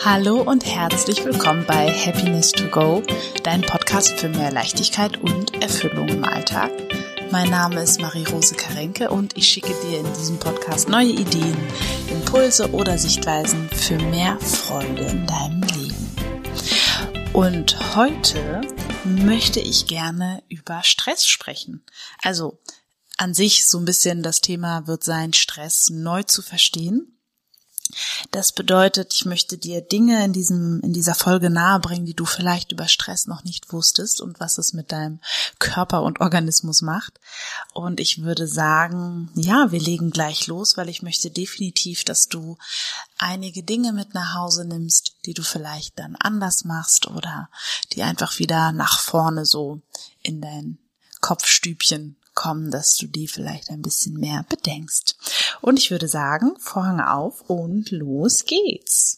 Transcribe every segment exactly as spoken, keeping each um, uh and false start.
Hallo und herzlich willkommen bei Happiness to Go, dein Podcast für mehr Leichtigkeit und Erfüllung im Alltag. Mein Name ist Marie-Rose Karenke und ich schicke dir in diesem Podcast neue Ideen, Impulse oder Sichtweisen für mehr Freude in deinem Leben. Und heute möchte ich gerne über Stress sprechen. Also an sich so ein bisschen das Thema wird sein, Stress neu zu verstehen. Das bedeutet, ich möchte dir Dinge in diesem, in dieser Folge nahebringen, die du vielleicht über Stress noch nicht wusstest und was es mit deinem Körper und Organismus macht. Und ich würde sagen, ja, wir legen gleich los, weil ich möchte definitiv, dass du einige Dinge mit nach Hause nimmst, die du vielleicht dann anders machst oder die einfach wieder nach vorne so in dein Kopfstübchen kommen, dass du die vielleicht ein bisschen mehr bedenkst. Und ich würde sagen, Vorhänge auf und los geht's.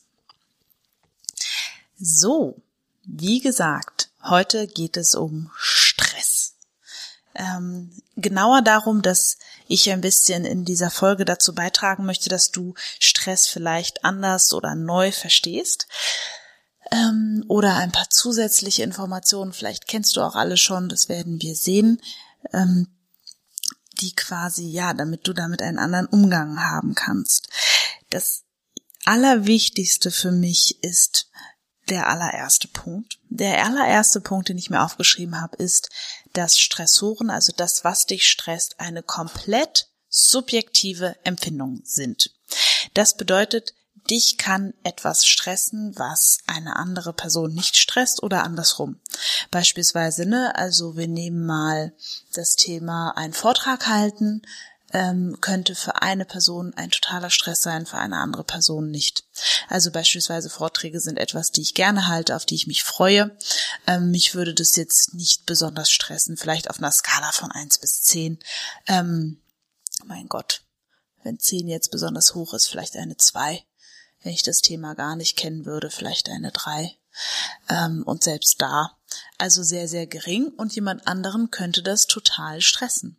So, wie gesagt, heute geht es um Stress. Ähm, genauer darum, dass ich ein bisschen in dieser Folge dazu beitragen möchte, dass du Stress vielleicht anders oder neu verstehst. Ähm, oder ein paar zusätzliche Informationen, vielleicht kennst du auch alle schon, das werden wir sehen, ähm, die quasi, ja, damit du damit einen anderen Umgang haben kannst. Das Allerwichtigste für mich ist der allererste Punkt. Der allererste Punkt, den ich mir aufgeschrieben habe, ist, dass Stressoren, also das, was dich stresst, eine komplett subjektive Empfindung sind. Das bedeutet, dich kann etwas stressen, was eine andere Person nicht stresst oder andersrum. Beispielsweise, ne, also wir nehmen mal das Thema einen Vortrag halten, ähm, könnte für eine Person ein totaler Stress sein, für eine andere Person nicht. Also beispielsweise Vorträge sind etwas, die ich gerne halte, auf die ich mich freue. Ähm, mich würde das jetzt nicht besonders stressen, vielleicht auf einer Skala von eins bis zehn. Ähm, mein Gott, wenn zehn jetzt besonders hoch ist, vielleicht eine zwei. Wenn ich das Thema gar nicht kennen würde, vielleicht eine drei. Ähm, und selbst da, also sehr, sehr gering. Und jemand anderen könnte das total stressen.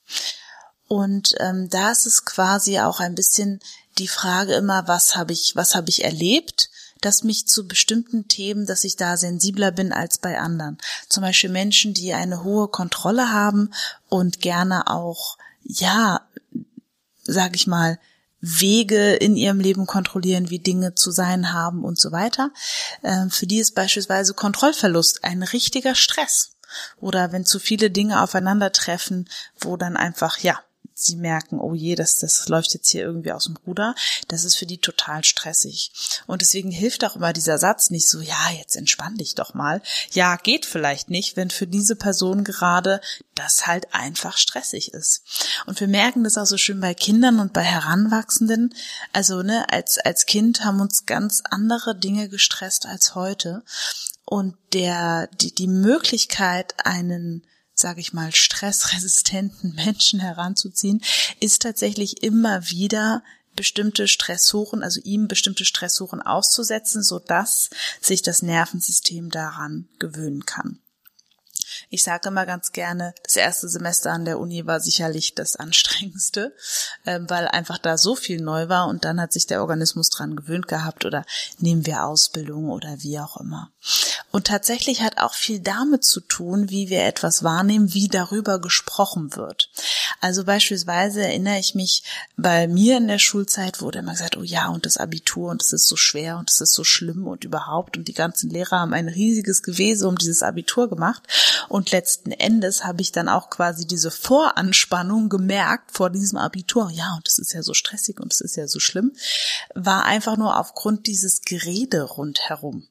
Und ähm, da ist es quasi auch ein bisschen die Frage immer, was habe ich, was habe ich erlebt, dass mich zu bestimmten Themen, dass ich da sensibler bin als bei anderen. Zum Beispiel Menschen, die eine hohe Kontrolle haben und gerne auch, ja, sag ich mal, Wege in ihrem Leben kontrollieren, wie Dinge zu sein haben und so weiter. Ähm, für die ist beispielsweise Kontrollverlust ein richtiger Stress. Oder wenn zu viele Dinge aufeinandertreffen, wo dann einfach, ja, sie merken, oh je, das, das läuft jetzt hier irgendwie aus dem Ruder, das ist für die total stressig. Und deswegen hilft auch immer dieser Satz nicht so, ja, jetzt entspann dich doch mal. Ja, geht vielleicht nicht, wenn für diese Person gerade das halt einfach stressig ist. Und wir merken das auch so schön bei Kindern und bei Heranwachsenden. Also, ne, als, als Kind haben uns ganz andere Dinge gestresst als heute. Und der, die, die Möglichkeit, einen, sage ich mal, stressresistenten Menschen heranzuziehen, ist tatsächlich immer wieder bestimmte Stressoren, also ihm bestimmte Stressoren auszusetzen, sodass sich das Nervensystem daran gewöhnen kann. Ich sage immer ganz gerne, das erste Semester an der Uni war sicherlich das anstrengendste, weil einfach da so viel neu war und dann hat sich der Organismus dran gewöhnt gehabt oder nehmen wir Ausbildung oder wie auch immer. Und tatsächlich hat auch viel damit zu tun, wie wir etwas wahrnehmen, wie darüber gesprochen wird. Also beispielsweise erinnere ich mich, bei mir in der Schulzeit wurde immer gesagt, oh ja, und das Abitur und es ist so schwer und es ist so schlimm und überhaupt und die ganzen Lehrer haben ein riesiges Gewese um dieses Abitur gemacht. Und letzten Endes habe ich dann auch quasi diese Voranspannung gemerkt vor diesem Abitur. Ja, und es ist ja so stressig und es ist ja so schlimm. War einfach nur aufgrund dieses Gerede rundherum.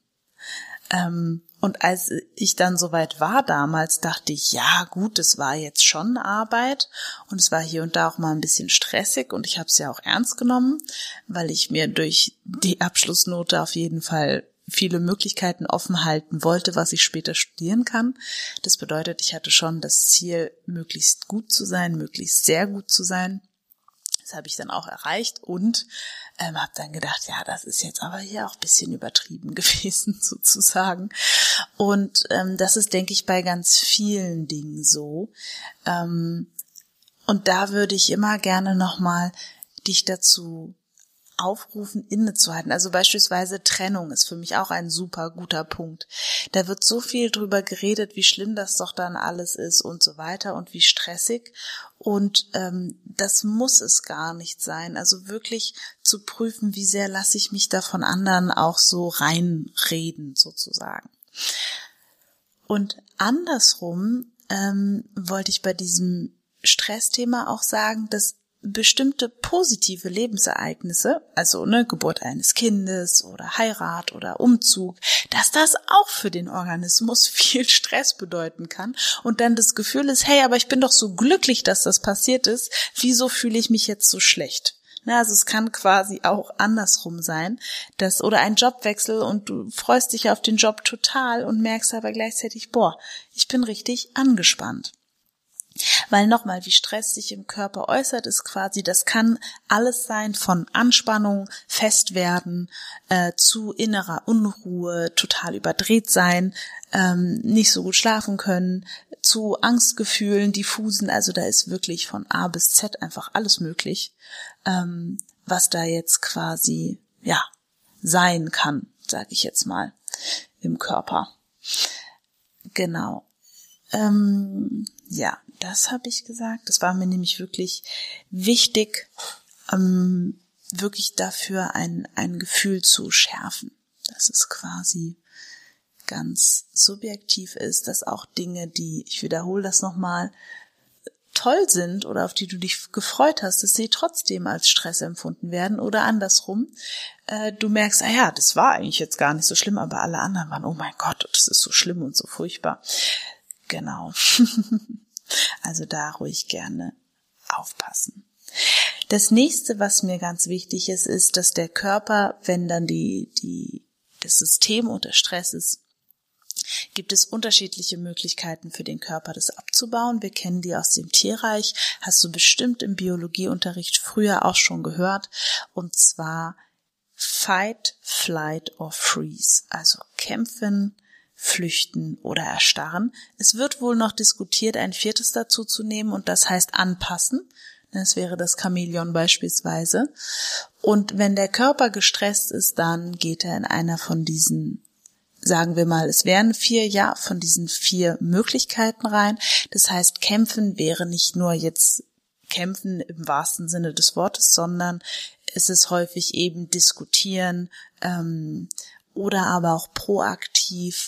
Ähm, und als ich dann soweit war damals, dachte ich, ja gut, es war jetzt schon Arbeit und es war hier und da auch mal ein bisschen stressig und ich habe es ja auch ernst genommen, weil ich mir durch die Abschlussnote auf jeden Fall viele Möglichkeiten offen halten wollte, was ich später studieren kann. Das bedeutet, ich hatte schon das Ziel, möglichst gut zu sein, möglichst sehr gut zu sein. Das habe ich dann auch erreicht und ähm, habe dann gedacht, ja, das ist jetzt aber hier auch ein bisschen übertrieben gewesen sozusagen. Und ähm, das ist, denke ich, bei ganz vielen Dingen so. Ähm, und da würde ich immer gerne nochmal dich dazu aufrufen, innezuhalten. Also beispielsweise Trennung ist für mich auch ein super guter Punkt. Da wird so viel drüber geredet, wie schlimm das doch dann alles ist und so weiter und wie stressig. Und ähm, das muss es gar nicht sein. Also wirklich zu prüfen, wie sehr lasse ich mich da von anderen auch so reinreden sozusagen. Und andersrum ähm, wollte ich bei diesem Stressthema auch sagen, dass bestimmte positive Lebensereignisse, also ne, Geburt eines Kindes oder Heirat oder Umzug, dass das auch für den Organismus viel Stress bedeuten kann und dann das Gefühl ist, hey, aber ich bin doch so glücklich, dass das passiert ist, wieso fühle ich mich jetzt so schlecht? Na, also es kann quasi auch andersrum sein, dass oder ein Jobwechsel und du freust dich auf den Job total und merkst aber gleichzeitig, boah, ich bin richtig angespannt. Weil nochmal, wie Stress sich im Körper äußert, ist quasi, das kann alles sein von Anspannung, Festwerden, äh, zu innerer Unruhe, total überdreht sein, ähm, nicht so gut schlafen können, zu Angstgefühlen, diffusen, also da ist wirklich von A bis Z einfach alles möglich, ähm, was da jetzt quasi, ja, sein kann, sage ich jetzt mal, im Körper. Genau. Ähm, ja, das habe ich gesagt. Das war mir nämlich wirklich wichtig, ähm, wirklich dafür ein, ein Gefühl zu schärfen. Dass es quasi ganz subjektiv ist, dass auch Dinge, die, ich wiederhole das nochmal, toll sind oder auf die du dich gefreut hast, dass sie trotzdem als Stress empfunden werden oder andersrum. Äh, du merkst, ah ja, das war eigentlich jetzt gar nicht so schlimm, aber alle anderen waren, oh mein Gott, das ist so schlimm und so furchtbar. Genau. Also da ruhig gerne aufpassen. Das nächste, was mir ganz wichtig ist, ist, dass der Körper, wenn dann die, die, das System unter Stress ist, gibt es unterschiedliche Möglichkeiten für den Körper, das abzubauen. Wir kennen die aus dem Tierreich, hast du bestimmt im Biologieunterricht früher auch schon gehört, und zwar Fight, Flight or Freeze, also kämpfen, flüchten oder erstarren. Es wird wohl noch diskutiert, ein viertes dazu zu nehmen, und das heißt anpassen. Das wäre das Chamäleon beispielsweise. Und wenn der Körper gestresst ist, dann geht er in einer von diesen, sagen wir mal, es wären vier, ja, von diesen vier Möglichkeiten rein. Das heißt, kämpfen wäre nicht nur jetzt kämpfen im wahrsten Sinne des Wortes, sondern es ist häufig eben diskutieren ähm, oder aber auch proaktiv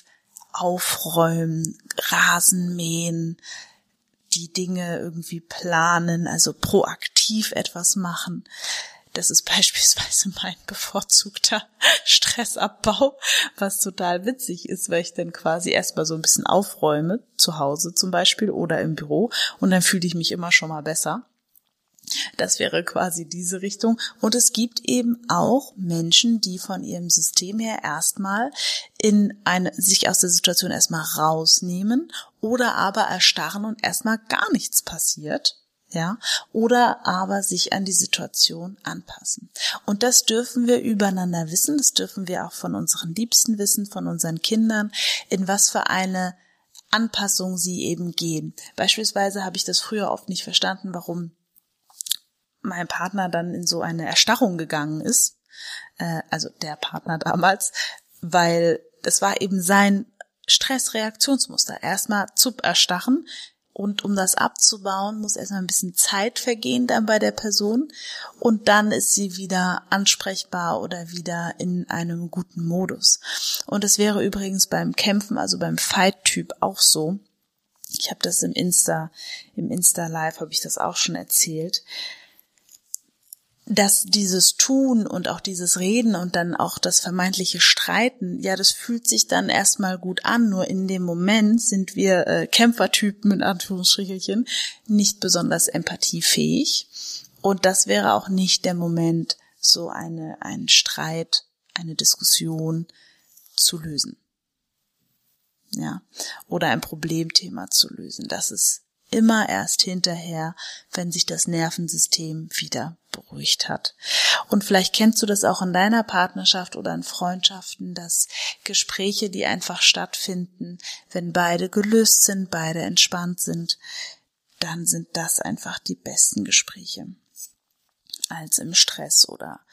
aufräumen, Rasen mähen, die Dinge irgendwie planen, also proaktiv etwas machen. Das ist beispielsweise mein bevorzugter Stressabbau, was total witzig ist, weil ich dann quasi erstmal so ein bisschen aufräume, zu Hause zum Beispiel oder im Büro, und dann fühle ich mich immer schon mal besser. Das wäre quasi diese Richtung. Und es gibt eben auch Menschen, die von ihrem System her erstmal in eine, sich aus der Situation erstmal rausnehmen oder aber erstarren und erstmal gar nichts passiert. Ja, oder aber sich an die Situation anpassen. Und das dürfen wir übereinander wissen, das dürfen wir auch von unseren Liebsten wissen, von unseren Kindern, in was für eine Anpassung sie eben gehen. Beispielsweise habe ich das früher oft nicht verstanden, warum mein Partner dann in so eine Erstarrung gegangen ist, äh, also der Partner damals, weil das war eben sein Stressreaktionsmuster. Erstmal zup erstarren, und um das abzubauen, muss erstmal ein bisschen Zeit vergehen dann bei der Person, und dann ist sie wieder ansprechbar oder wieder in einem guten Modus. Und das wäre übrigens beim Kämpfen, also beim Fight-Typ auch so. Ich habe das im Insta, im Insta-Live habe ich das auch schon erzählt, dass dieses Tun und auch dieses Reden und dann auch das vermeintliche Streiten, ja, das fühlt sich dann erstmal gut an, nur in dem Moment sind wir äh, Kämpfertypen in Anführungsstrichelchen nicht besonders empathiefähig, und das wäre auch nicht der Moment, so eine einen Streit, eine Diskussion zu lösen. Ja, oder ein Problemthema zu lösen. Das ist immer erst hinterher, wenn sich das Nervensystem wieder beruhigt hat. Und vielleicht kennst du das auch in deiner Partnerschaft oder in Freundschaften, dass Gespräche, die einfach stattfinden, wenn beide gelöst sind, beide entspannt sind, dann sind das einfach die besten Gespräche als im Stress oder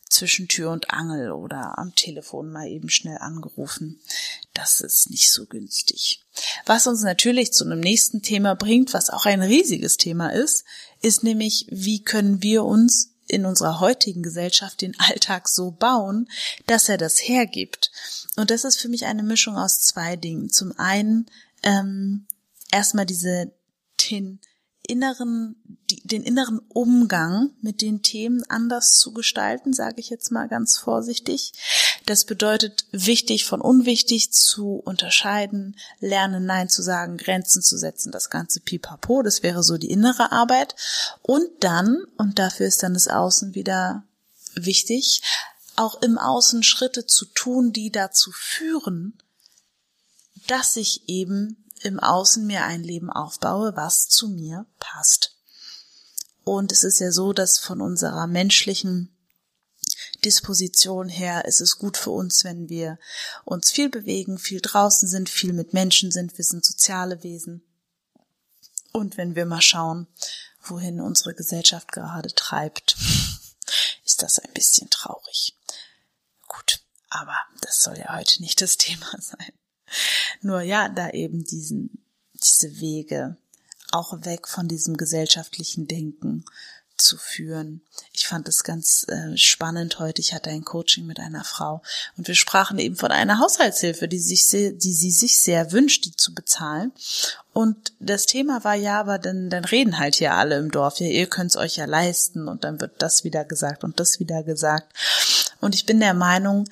zwischen Tür und Angel oder am Telefon mal eben schnell angerufen. Das ist nicht so günstig. Was uns natürlich zu einem nächsten Thema bringt, was auch ein riesiges Thema ist, ist nämlich, wie können wir uns in unserer heutigen Gesellschaft den Alltag so bauen, dass er das hergibt. Und das ist für mich eine Mischung aus zwei Dingen. Zum einen ähm, erstmal diese den inneren, die, den inneren Umgang mit den Themen anders zu gestalten, sage ich jetzt mal ganz vorsichtig. Das bedeutet, wichtig von unwichtig zu unterscheiden, lernen, Nein zu sagen, Grenzen zu setzen, das ganze Pipapo, das wäre so die innere Arbeit. Und dann, und dafür ist dann das Außen wieder wichtig, auch im Außen Schritte zu tun, die dazu führen, dass ich eben im Außen mir ein Leben aufbaue, was zu mir passt. Und es ist ja so, dass von unserer menschlichen Disposition her ist es gut für uns, wenn wir uns viel bewegen, viel draußen sind, viel mit Menschen sind, wir sind soziale Wesen. Und wenn wir mal schauen, wohin unsere Gesellschaft gerade treibt, ist das ein bisschen traurig. Gut, aber das soll ja heute nicht das Thema sein. Nur ja, da eben diesen, diese Wege auch weg von diesem gesellschaftlichen Denken zu führen. Ich fand es ganz äh, spannend heute. Ich hatte ein Coaching mit einer Frau und wir sprachen eben von einer Haushaltshilfe, die sich sehr, die sie sich sehr wünscht, die zu bezahlen. Und das Thema war ja, aber dann, dann reden halt hier alle im Dorf, ja, ihr könnt es euch ja leisten, und dann wird das wieder gesagt und das wieder gesagt. Und ich bin der Meinung,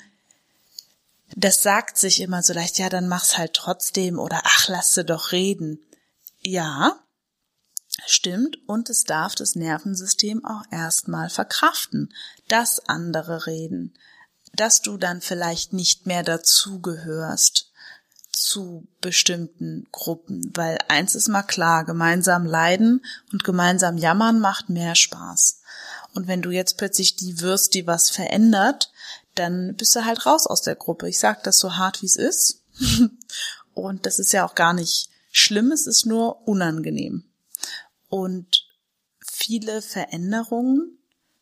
das sagt sich immer so leicht, ja, dann mach's halt trotzdem oder ach, lass sie doch reden. Ja, stimmt, und es darf das Nervensystem auch erstmal verkraften, dass andere reden, dass du dann vielleicht nicht mehr dazugehörst zu bestimmten Gruppen, weil eins ist mal klar, gemeinsam leiden und gemeinsam jammern macht mehr Spaß. Und wenn du jetzt plötzlich die wirst, die was verändert, dann bist du halt raus aus der Gruppe. Ich sage das so hart, wie es ist. Und das ist ja auch gar nicht schlimm, es ist nur unangenehm. Und viele Veränderungen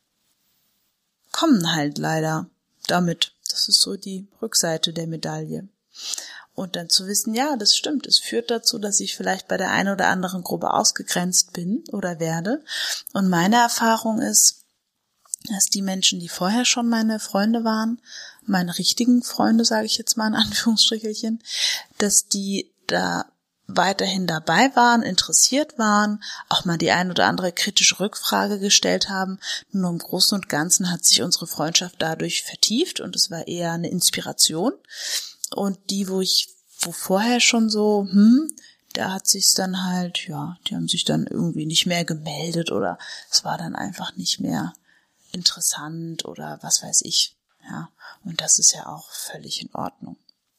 kommen halt leider damit. Das ist so die Rückseite der Medaille. Und dann zu wissen, ja, das stimmt, es führt dazu, dass ich vielleicht bei der einen oder anderen Gruppe ausgegrenzt bin oder werde. Und meine Erfahrung ist, dass die Menschen, die vorher schon meine Freunde waren, meine richtigen Freunde, sage ich jetzt mal in Anführungsstrichelchen, dass die da weiterhin dabei waren, interessiert waren, auch mal die ein oder andere kritische Rückfrage gestellt haben. Nur im Großen und Ganzen hat sich unsere Freundschaft dadurch vertieft und es war eher eine Inspiration. Und die, wo ich, wo vorher schon so, hm, da hat sich's dann halt, ja, die haben sich dann irgendwie nicht mehr gemeldet oder es war dann einfach nicht mehr interessant oder was weiß ich, ja, und das ist ja auch völlig in Ordnung.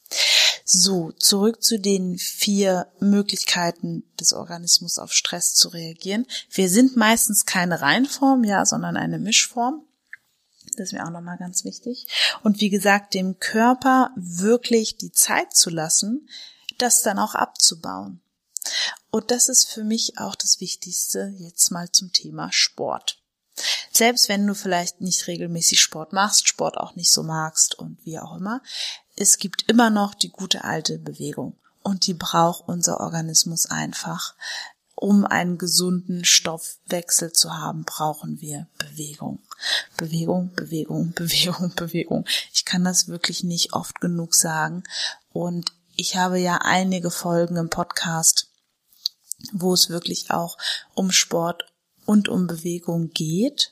So, zurück zu den vier Möglichkeiten des Organismus auf Stress zu reagieren. Wir sind meistens keine Reinform, ja, sondern eine Mischform. Das ist mir auch nochmal ganz wichtig. Und wie gesagt, dem Körper wirklich die Zeit zu lassen, das dann auch abzubauen. Und das ist für mich auch das Wichtigste jetzt mal zum Thema Sport. Selbst wenn du vielleicht nicht regelmäßig Sport machst, Sport auch nicht so magst und wie auch immer, es gibt immer noch die gute alte Bewegung und die braucht unser Organismus einfach. Um einen gesunden Stoffwechsel zu haben, brauchen wir Bewegung. Bewegung, Bewegung, Bewegung, Bewegung. Ich kann das wirklich nicht oft genug sagen. Und ich habe ja einige Folgen im Podcast, wo es wirklich auch um Sport und um Bewegung geht.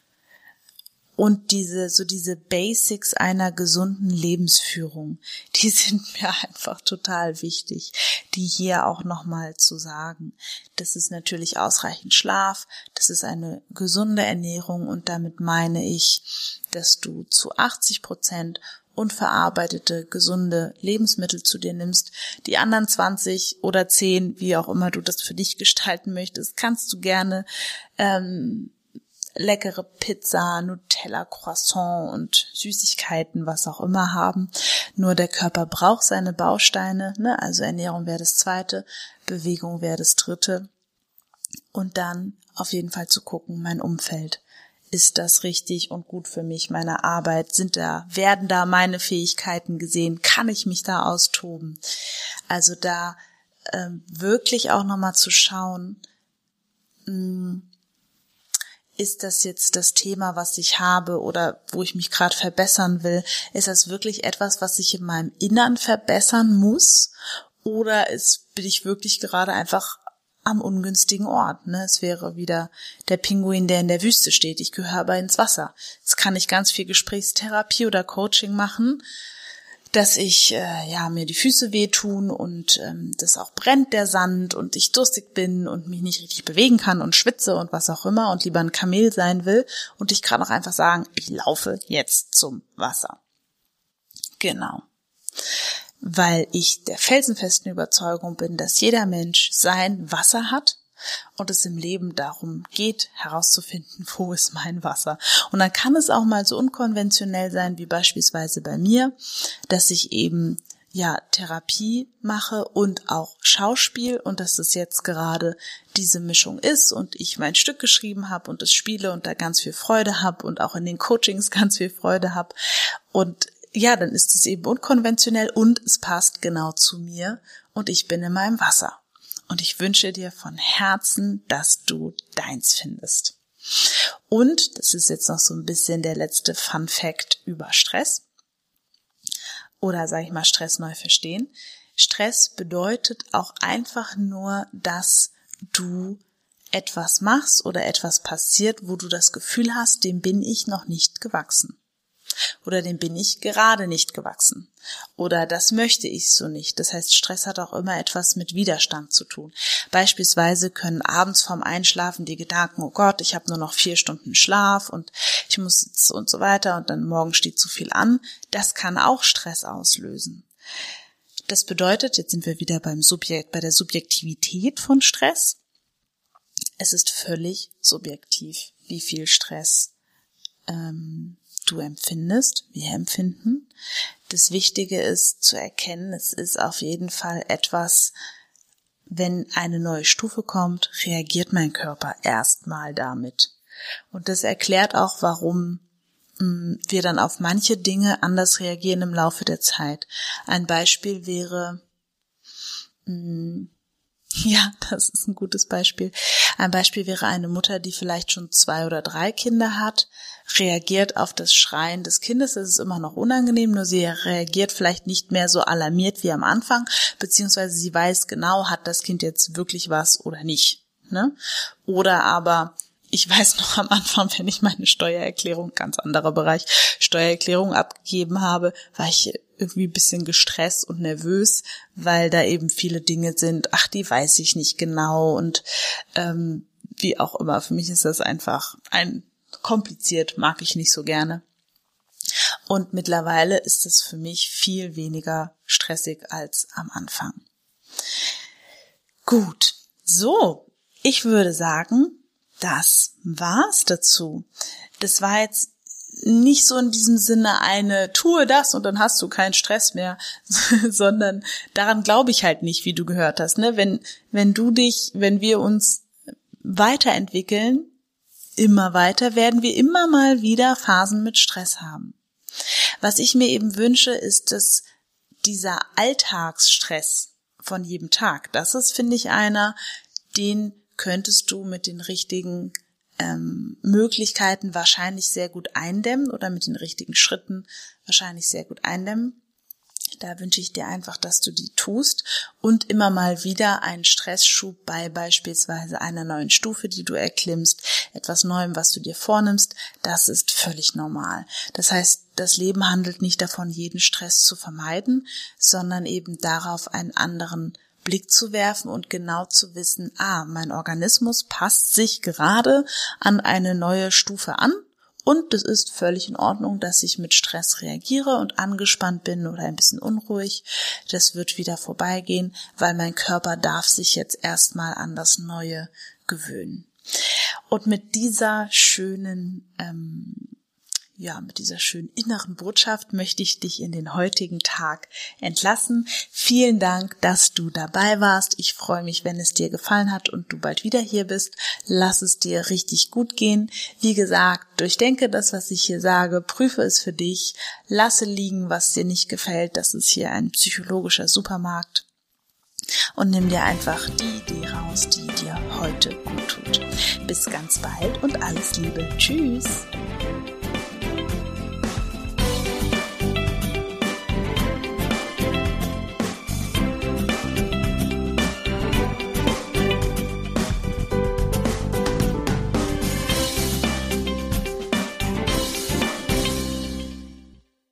Und diese, so diese Basics einer gesunden Lebensführung, die sind mir einfach total wichtig, die hier auch nochmal zu sagen. Das ist natürlich ausreichend Schlaf, das ist eine gesunde Ernährung und damit meine ich, dass du zu achtzig Prozent unverarbeitete, gesunde Lebensmittel zu dir nimmst. Die anderen zwanzig oder zehn, wie auch immer du das für dich gestalten möchtest, kannst du gerne ähm, leckere Pizza, Nutella, Croissant und Süßigkeiten, was auch immer haben. Nur der Körper braucht seine Bausteine, ne? Also Ernährung wäre das zweite, Bewegung wäre das dritte. Und dann auf jeden Fall zu gucken, mein Umfeld ist das richtig und gut für mich, meine Arbeit, sind da, werden da meine Fähigkeiten gesehen, kann ich mich da austoben? Also da ähm, wirklich auch nochmal zu schauen, mh, ist das jetzt das Thema, was ich habe oder wo ich mich gerade verbessern will? Ist das wirklich etwas, was ich in meinem Innern verbessern muss? Oder ist, bin ich wirklich gerade einfach am ungünstigen Ort? Ne? Es wäre wieder der Pinguin, der in der Wüste steht. Ich gehöre aber ins Wasser. Jetzt kann ich ganz viel Gesprächstherapie oder Coaching machen, dass ich äh, ja mir die Füße wehtun und ähm, das auch brennt, der Sand, und ich durstig bin und mich nicht richtig bewegen kann und schwitze und was auch immer und lieber ein Kamel sein will, und ich kann auch einfach sagen, ich laufe jetzt zum Wasser. Genau. Weil ich der felsenfesten Überzeugung bin, dass jeder Mensch sein Wasser hat und es im Leben darum geht, herauszufinden, wo ist mein Wasser. Und dann kann es auch mal so unkonventionell sein, wie beispielsweise bei mir, dass ich eben ja Therapie mache und auch Schauspiel, und dass es jetzt gerade diese Mischung ist und ich mein Stück geschrieben habe und es spiele und da ganz viel Freude habe und auch in den Coachings ganz viel Freude habe. Und ja, dann ist es eben unkonventionell und es passt genau zu mir und ich bin in meinem Wasser. Und ich wünsche dir von Herzen, dass du deins findest. Und, das ist jetzt noch so ein bisschen der letzte Fun Fact über Stress. Oder sage ich mal, Stress neu verstehen. Stress bedeutet auch einfach nur, dass du etwas machst oder etwas passiert, wo du das Gefühl hast, dem bin ich noch nicht gewachsen. Oder dem bin ich gerade nicht gewachsen. Oder das möchte ich so nicht. Das heißt, Stress hat auch immer etwas mit Widerstand zu tun. Beispielsweise können abends vorm Einschlafen die Gedanken, oh Gott, ich habe nur noch vier Stunden Schlaf und ich muss jetzt und so weiter und dann morgen steht zu viel an. Das kann auch Stress auslösen. Das bedeutet, jetzt sind wir wieder beim Subjekt, bei der Subjektivität von Stress. Es ist völlig subjektiv, wie viel Stress ähm, du empfindest, wir empfinden. Das Wichtige ist zu erkennen, es ist auf jeden Fall etwas, wenn eine neue Stufe kommt, reagiert mein Körper erstmal damit. Und das erklärt auch, warum mh, wir dann auf manche Dinge anders reagieren im Laufe der Zeit. Ein Beispiel wäre, mh, ja, das ist ein gutes Beispiel. Ein Beispiel wäre eine Mutter, die vielleicht schon zwei oder drei Kinder hat, reagiert auf das Schreien des Kindes. Das ist immer noch unangenehm, nur sie reagiert vielleicht nicht mehr so alarmiert wie am Anfang, beziehungsweise sie weiß genau, hat das Kind jetzt wirklich was oder nicht, ne? Oder aber, ich weiß noch am Anfang, wenn ich meine Steuererklärung, ganz anderer Bereich, Steuererklärung abgegeben habe, war ich irgendwie ein bisschen gestresst und nervös, weil da eben viele Dinge sind, ach, die weiß ich nicht genau und ähm, wie auch immer. Für mich ist das einfach ein kompliziert, mag ich nicht so gerne. Und mittlerweile ist es für mich viel weniger stressig als am Anfang. Gut, so, ich würde sagen, das war's dazu. Das war jetzt nicht so in diesem Sinne eine, tue das und dann hast du keinen Stress mehr, sondern daran glaube ich halt nicht, wie du gehört hast, ne? Wenn, wenn du dich, wenn wir uns weiterentwickeln, immer weiter, werden wir immer mal wieder Phasen mit Stress haben. Was ich mir eben wünsche, ist, dass dieser Alltagsstress von jedem Tag, das ist, finde ich, einer, den könntest du mit den richtigen ähm, Möglichkeiten wahrscheinlich sehr gut eindämmen oder mit den richtigen Schritten wahrscheinlich sehr gut eindämmen. Da wünsche ich dir einfach, dass du die tust und immer mal wieder einen Stressschub bei beispielsweise einer neuen Stufe, die du erklimmst, etwas Neuem, was du dir vornimmst, das ist völlig normal. Das heißt, das Leben handelt nicht davon, jeden Stress zu vermeiden, sondern eben darauf, einen anderen Blick zu werfen und genau zu wissen, ah, mein Organismus passt sich gerade an eine neue Stufe an. Und es ist völlig in Ordnung, dass ich mit Stress reagiere und angespannt bin oder ein bisschen unruhig. Das wird wieder vorbeigehen, weil mein Körper darf sich jetzt erstmal an das Neue gewöhnen. Und mit dieser schönen ähm, Ja, mit dieser schönen inneren Botschaft möchte ich dich in den heutigen Tag entlassen. Vielen Dank, dass du dabei warst. Ich freue mich, wenn es dir gefallen hat und du bald wieder hier bist. Lass es dir richtig gut gehen. Wie gesagt, durchdenke das, was ich hier sage, prüfe es für dich, lasse liegen, was dir nicht gefällt. Das ist hier ein psychologischer Supermarkt. Und nimm dir einfach die Idee raus, die dir heute gut tut. Bis ganz bald und alles Liebe. Tschüss.